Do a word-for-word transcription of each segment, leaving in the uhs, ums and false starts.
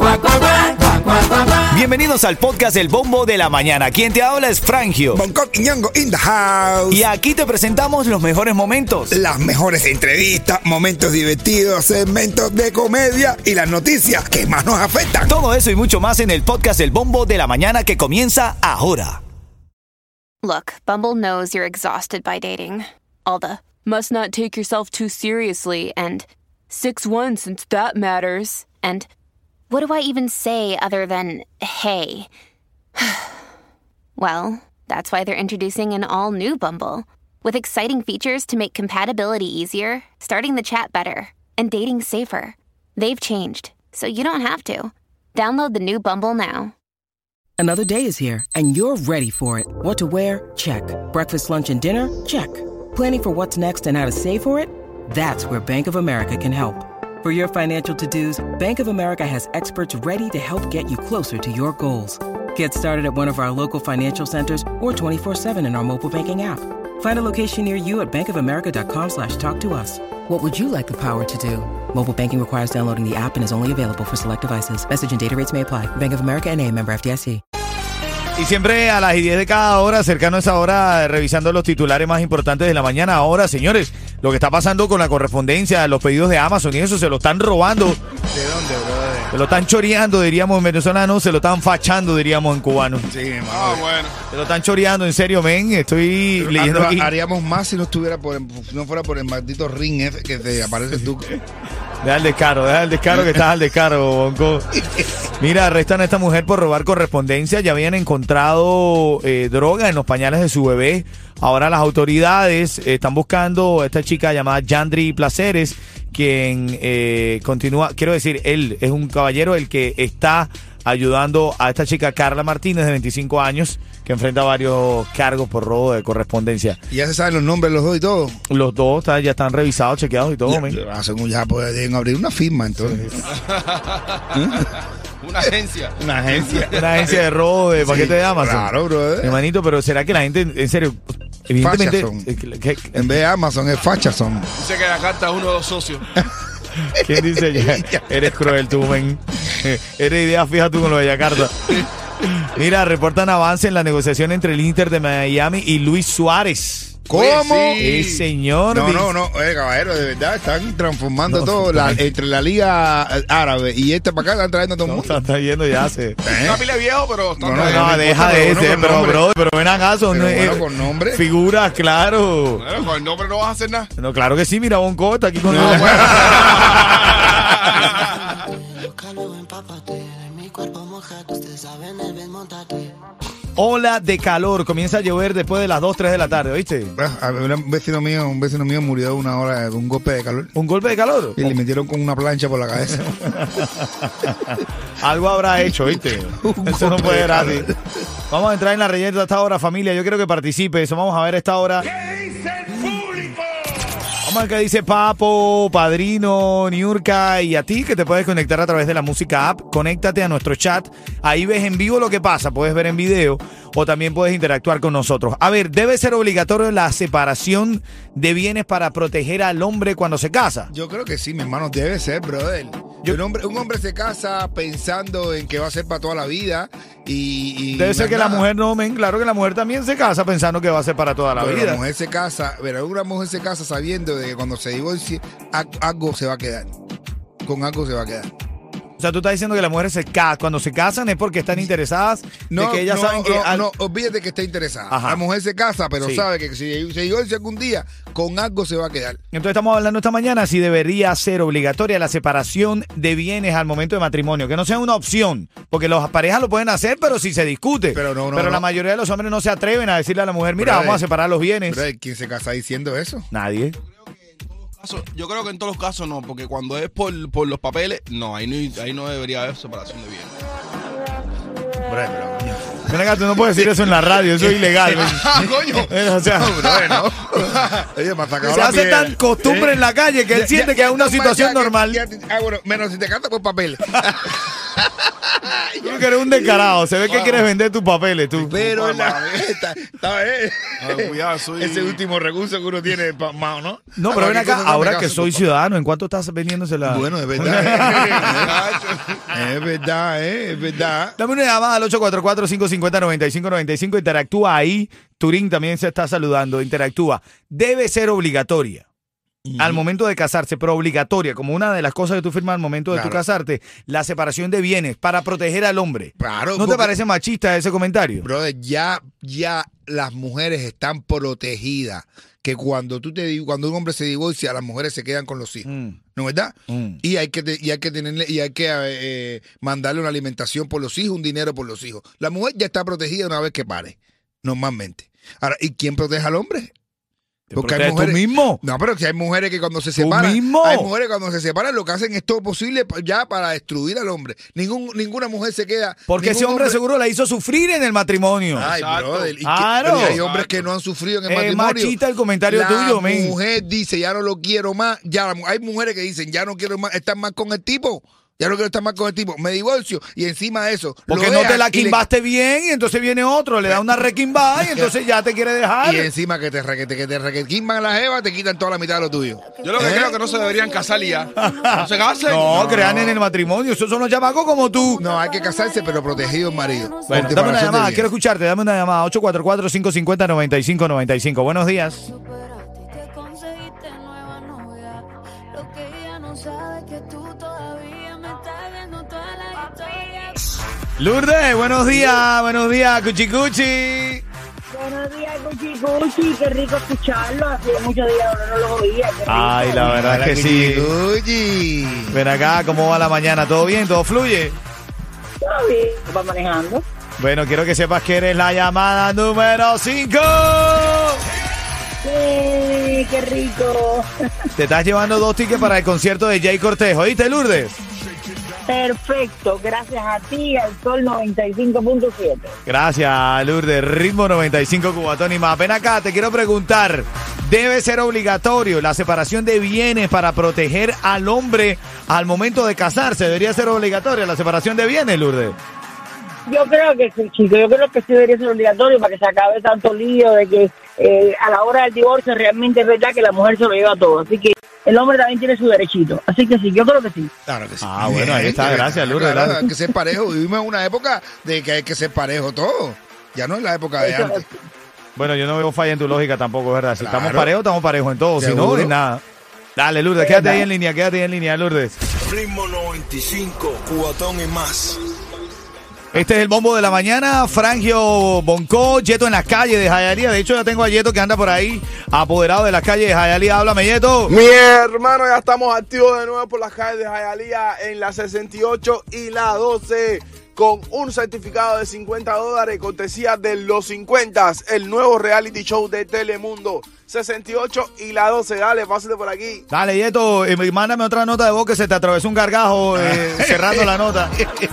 Bienvenidos al podcast El Bombo de la Mañana. Quien te habla es Frangio. Bangkok y Ñongo in the house. Y aquí te presentamos los mejores momentos. Las mejores entrevistas, momentos divertidos, segmentos de comedia y las noticias que más nos afectan. Todo eso y mucho más en el podcast El Bombo de la Mañana que comienza ahora. Look, Bumble knows you're exhausted by dating. All the must not take yourself too seriously and six one since that matters. And what do I even say other than hey? Well, that's why they're introducing an all-new Bumble with exciting features to make compatibility easier, starting the chat better, and dating safer. They've changed, so you don't have to. Download the new Bumble now. Another day is here, and you're ready for it. What to wear? Check. Breakfast, lunch, and dinner? Check. Planning for what's next and how to save for it? That's where Bank of America can help. For your financial to-dos, Bank of America has experts ready to help get you closer to your goals. Get started at one of our local financial centers or twenty-four seven in our mobile banking app. Find a location near you at bankofamerica.com slash talk to us. What would you like the power to do? Mobile banking requires downloading the app and is only available for select devices. Message and data rates may apply. Bank of America N A, member F D I C. Y siempre a las diez de cada hora, cercano a esa hora, revisando los titulares más importantes de la mañana. Ahora, señores, lo que está pasando con la correspondencia, los pedidos de Amazon y eso, se lo están robando. ¿De dónde, brother? Se lo están choreando, diríamos en venezolano, se lo están fachando, diríamos en cubano. Sí, mano. Ah, bueno. Se lo están choreando, en serio, men. Estoy Pero leyendo lo aquí. haríamos más si no estuviera por el, si no fuera por el maldito ring ese que te aparece tú. Deja el descaro, deja el descaro que estás al descaro, Bonco. Mira, arrestan a esta mujer por robar correspondencia. Ya habían encontrado eh, droga en los pañales de su bebé. Ahora las autoridades eh, están buscando a esta chica llamada Yandri Placeres, quien eh, continúa, quiero decir, él es un caballero el que está ayudando a esta chica Carla Martínez de veinticinco años, que enfrenta varios cargos por robo de correspondencia. Y ya se saben los nombres de los dos y todo. Los dos está- ya están revisados, chequeados y todo, Ya, men. hacen un- ya pueden abrir una firma entonces. Una agencia. Una agencia. Una agencia de robo de paquete de Amazon. Claro, brother. Hermanito, pero ¿será que la gente, en serio, evidentemente... Fachas son. eh, que- que- En vez de Amazon es Fachazón. Dice que la carta es uno de los socios. ¿Quién dice? Ya, eres cruel tú, men. Eres idea fija tú con lo de Yakarta. Mira, reportan avance en la negociación entre el Inter de Miami y Luis Suárez. ¿Cómo? Sí. El señor... No, dice- no, no, eh, caballero, de verdad, están transformando No, todo. La- totalmente. entre la Liga Árabe y esta para acá están trayendo a todo el No, mundo. está, está yendo ya se... ¿Eh? Una pila de viejo, pero está No, No, no, no, no deja importa, de pero ese, bueno con pero, nombre. bro, pero ven acá, son Pero eh, bueno con nombre. figuras, claro. Bueno, con el nombre no vas a hacer nada. No, claro que sí, mira, Bonco está aquí con No, él. bueno. Ola de calor, comienza a llover después de las dos, tres de la tarde, ¿oíste? Ah, Un vecino mío, un vecino mío murió de una hora de un golpe de calor. ¿Un golpe de calor? Y le metieron con una plancha por la cabeza. Algo habrá hecho, ¿viste? Eso no puede ser así. Vamos a entrar en la reyerta a esta hora, familia. Yo quiero que participe eso. Vamos a ver a esta hora. Vamos a ver qué dice Papo, Padrino, Niurka y a ti que te puedes conectar a través de la música app. Conéctate a nuestro chat. Ahí ves en vivo lo que pasa. Puedes ver en video o también puedes interactuar con nosotros. A ver, ¿debe ser obligatorio la separación de bienes para proteger al hombre cuando se casa? Yo creo que sí, mi hermano, debe ser, brother. Yo- un, hombre, un hombre se casa pensando en que va a ser para toda la vida y... y Debe ser que la nada. mujer no, men, claro que la mujer también se casa pensando que va a ser para toda la Pero vida. la mujer se casa, pero una mujer se casa sabiendo de que cuando se divorcie a- algo se va a quedar. Con algo se va a quedar. O sea, tú estás diciendo que las mujeres se casan, cuando se casan es porque están interesadas, No, de que ellas no, saben que... no, al- no, olvídate que está interesada. Ajá. La mujer se casa, pero Sí. sabe que si se divorcia algún día, con algo se va a quedar. Entonces estamos hablando esta mañana si debería ser obligatoria la separación de bienes al momento de matrimonio, que no sea una opción, porque las parejas lo pueden hacer, pero si se discute. Pero no, no, Pero la no. mayoría de los hombres no se atreven a decirle a la mujer, mira, Brother, vamos a separar los bienes. Brother, ¿quién se casa diciendo eso? Nadie. Caso- Yo creo que en todos los casos no, porque cuando es por, por los papeles, no, ahí no, ahí no debería haber separación de bienes. Brother, pero, coño. Ven acá, tú no puedes decir eso en la radio, eso es ilegal. men. ¡Ah, coño! Eh, O sea, Brother, no. Oye, me ha sacado se la hace piedra. tan costumbre en la calle que él Ya- siente ya- que es una ya- situación ya- normal. ya- ah, bueno, menos si te canta por papel. Tú que eres un descarado. Se ve que quieres vender tus papeles, tú. Pero la, está, está, eh. Ah, cuidado, soy... Ese último recurso que uno tiene, pa- más, ¿no? No, pero ven acá, ahora que soy ciudadano, ¿en cuánto estás vendiéndosela? Bueno, es verdad. eh. Es verdad, eh, es verdad. Dame una llamada al ocho cuatro cuatro, cinco cinco cero, nueve cinco nueve cinco. Interactúa ahí. Turín también se está saludando. Interactúa. Debe ser obligatoria. Uh-huh. Al momento de casarse, pero obligatoria, como una de las cosas que tú firmas al momento de claro. tu casarte, la separación de bienes para proteger al hombre. Claro, ¿No te parece machista ese comentario? Brother, ya, ya las mujeres están protegidas. Que cuando tú te cuando un hombre se divorcia, las mujeres se quedan con los hijos. Mm. ¿No es verdad? Mm. Y hay que y hay que tenerle y hay que eh, mandarle una alimentación por los hijos, un dinero por los hijos. La mujer ya está protegida una vez que pare, normalmente. Ahora, ¿y quién protege al hombre? Porque hay mujeres, tú mismo. No, pero que hay mujeres que cuando se separan, mismo. hay mujeres que cuando se separan lo que hacen es todo posible ya para destruir al hombre. Ningún, ninguna mujer se queda. Porque ese hombre, hombre seguro la hizo sufrir en el matrimonio. Ay, brother. Y claro. que, hay hombres que no han sufrido en el es matrimonio. Es machista el comentario la tuyo, men. La mujer dice, ya no lo quiero más. Ya hay mujeres que dicen, ya no quiero más, estar más con el tipo. Ya no quiero estar más con el tipo, me divorcio y encima de eso. Porque no te la quimbaste le... bien y entonces viene otro, le da una requimbada y entonces ya te quiere dejar. Y encima que te, que te, que te requimban a la jeva, te quitan toda la mitad de lo tuyo. Yo lo que ¿Eh? creo es que no se deberían casar ya. No se casen. No, no, crean en el matrimonio. Esos son los chamacos como tú. No, hay que casarse, pero protegido el marido. Bueno, dame una llamada, quiero escucharte, dame una llamada. ocho cuatro cuatro, cinco cinco cero, nueve cinco nueve cinco. Buenos días. Lourdes, buenos días, buenos días, Cuchi Cuchi. Buenos días, Cuchi Cuchi, qué rico escucharlo, hace muchos días no lo oía. Ay, la verdad es que sí. Cuchi. Ven acá, ¿cómo va la mañana? ¿Todo bien? ¿Todo fluye? Todo bien, va manejando. Bueno, quiero que sepas que eres la llamada número cinco. Sí, qué rico. Te estás llevando dos tickets para el concierto de Jay Cortés, ¿oíste, Lourdes? Perfecto, gracias a ti, al Sol noventa y cinco punto siete. Gracias, Lourdes, Ritmo noventa y cinco Cubatón y más. Ven acá, te quiero preguntar, ¿debe ser obligatorio la separación de bienes para proteger al hombre al momento de casarse? ¿Debería ser obligatoria la separación de bienes, Lourdes? Yo creo que sí, chico, yo creo que sí debería ser obligatorio para que se acabe tanto lío de que eh, a la hora del divorcio realmente es verdad que la mujer se lo lleva todo, así que el hombre también tiene su derechito, así que sí, yo creo que sí. Claro que sí. Ah, bueno, ahí está, gracias, Lourdes. Claro, hay que ser parejo, vivimos en una época de que hay que ser parejo todo, ya no es la época de antes. Bueno, yo no veo falla en tu lógica tampoco, ¿verdad? Si claro. estamos parejos, estamos parejos en todo, si no, en nada. Dale, Lourdes, quédate ahí en línea, quédate ahí en línea, Lourdes. Ritmo noventa y cinco, Cubatón y más. Este es el bombo de la mañana, Frangio Bonco, Yeto en las calles de Hialeah. De hecho, ya tengo a Yeto que anda por ahí, apoderado de las calles de Hialeah. Háblame, Yeto. Mi hermano, ya estamos activos de nuevo por las calles de Hialeah en la sesenta y ocho y la doce. Con un certificado de cincuenta dólares, cortesía de Los cincuenta, el nuevo reality show de Telemundo. sesenta y ocho y la doce, dale, pásate por aquí. Dale, Yeto, eh, mándame otra nota de voz que se te atravesó un gargajo eh, cerrando la nota.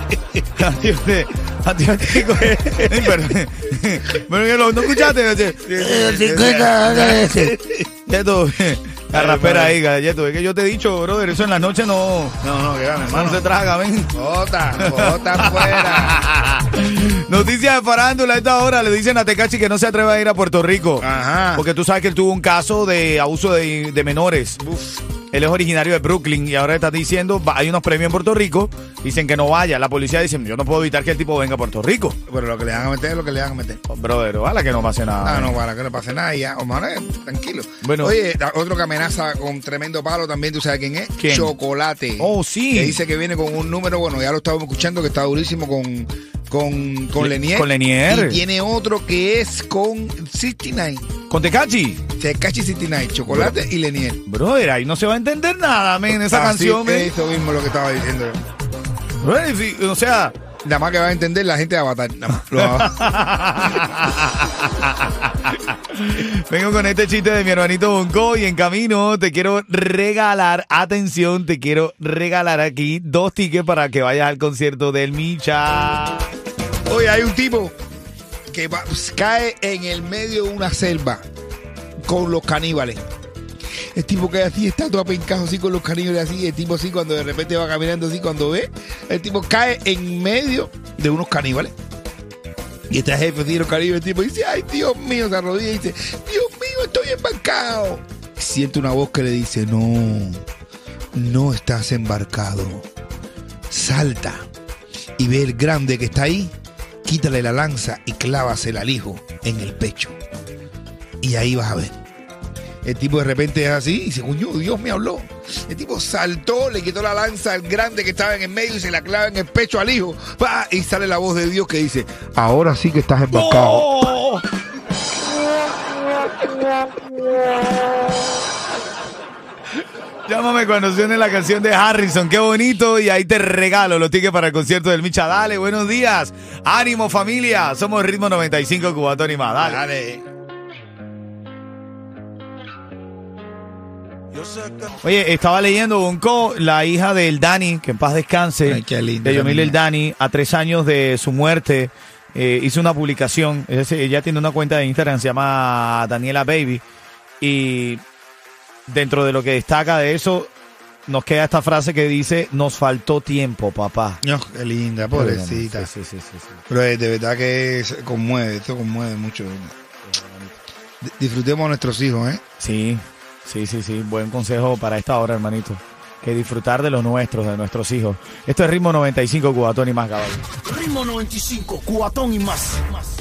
Pero no escuchaste. Yeto, carraspera ahí, Yeto. Es que yo te he dicho, brother, eso en la noche no. No, no, que gane, no se traga, ven. Bota, bota afuera. Noticias de farándula a esta hora. Le dicen a Tekashi que no se atreve a ir a Puerto Rico. Ajá. Porque tú sabes que él tuvo un caso de abuso de, de menores. Uf. Él es originario de Brooklyn y ahora está diciendo, hay unos premios en Puerto Rico, dicen que no vaya. La policía dice, yo no puedo evitar que el tipo venga a Puerto Rico. Pero lo que le van a meter es lo que le van a meter. Oh, brother, ojalá que no pase nada. Ah, no, para que no pase nada y ya. Omar, tranquilo. Bueno. Oye, otro que amenaza con tremendo palo también, ¿tú sabes quién es? ¿Quién? Chocolate. Oh, sí. Que dice que viene con un número, bueno, ya lo estábamos escuchando, que está durísimo con, con, con Lenier. Con Lenier. Y tiene otro que es con sesenta y nueve. ¿Con Tekashi? Tekashi sesenta y nueve, Chocolate Bro. y Lenier. Brother, ahí no se va a entender nada, men, esa Así canción, men. Es eso mismo lo que estaba diciendo. Brother, sí, o sea... Nada más que va a entender la gente de Avatar. Nada más. Vengo con este chiste de mi hermanito Bonco y en camino te quiero regalar, atención, te quiero regalar aquí dos tickets para que vayas al concierto del Micha. Oye, hay un tipo que va, cae en el medio de una selva con los caníbales. El tipo que así está todo apencado así con los caníbales así, el tipo así cuando de repente va caminando así, cuando ve, el tipo cae en medio de unos caníbales. Y este jefe de los caníbales, el tipo dice, ay, Dios mío, se arrodilla y dice, Dios mío, estoy embarcado. Siente una voz que le dice, no, no estás embarcado. Salta y ve el grande que está ahí, quítale la lanza y clávasela al hijo en el pecho. Y ahí vas a ver. El tipo de repente es así y dice, coño, Dios me habló. El tipo saltó, le quitó la lanza al grande que estaba en el medio y se la clava en el pecho al hijo. ¡Pah! Y sale la voz de Dios que dice, ahora sí que estás embarcado. ¡Oh! Llámame cuando suene la canción de Harrison, qué bonito, y ahí te regalo los tickets para el concierto del Micha. Dale, buenos días, ánimo familia, somos Ritmo noventa y cinco, Cubatón y más, dale. Dale. Oye, estaba leyendo, Bonco, la hija del Dani, que en paz descanse, ay, qué lindo, de Yomil el niña. Dani, a tres años de su muerte, eh, hizo una publicación, es decir, ella tiene una cuenta de Instagram, se llama Daniela Baby, y dentro de lo que destaca de eso, nos queda esta frase que dice, nos faltó tiempo, papá. No, qué linda, pobrecita. Sí, sí, sí, sí, sí. Pero eh, de verdad que se conmueve, esto conmueve mucho. D- Disfrutemos a nuestros hijos, ¿eh? Sí, sí, sí, sí, buen consejo para esta hora, hermanito. Que disfrutar de los nuestros, de nuestros hijos. Esto es Ritmo noventa y cinco, Cubatón y más, caballo. Ritmo noventa y cinco, Cubatón y más.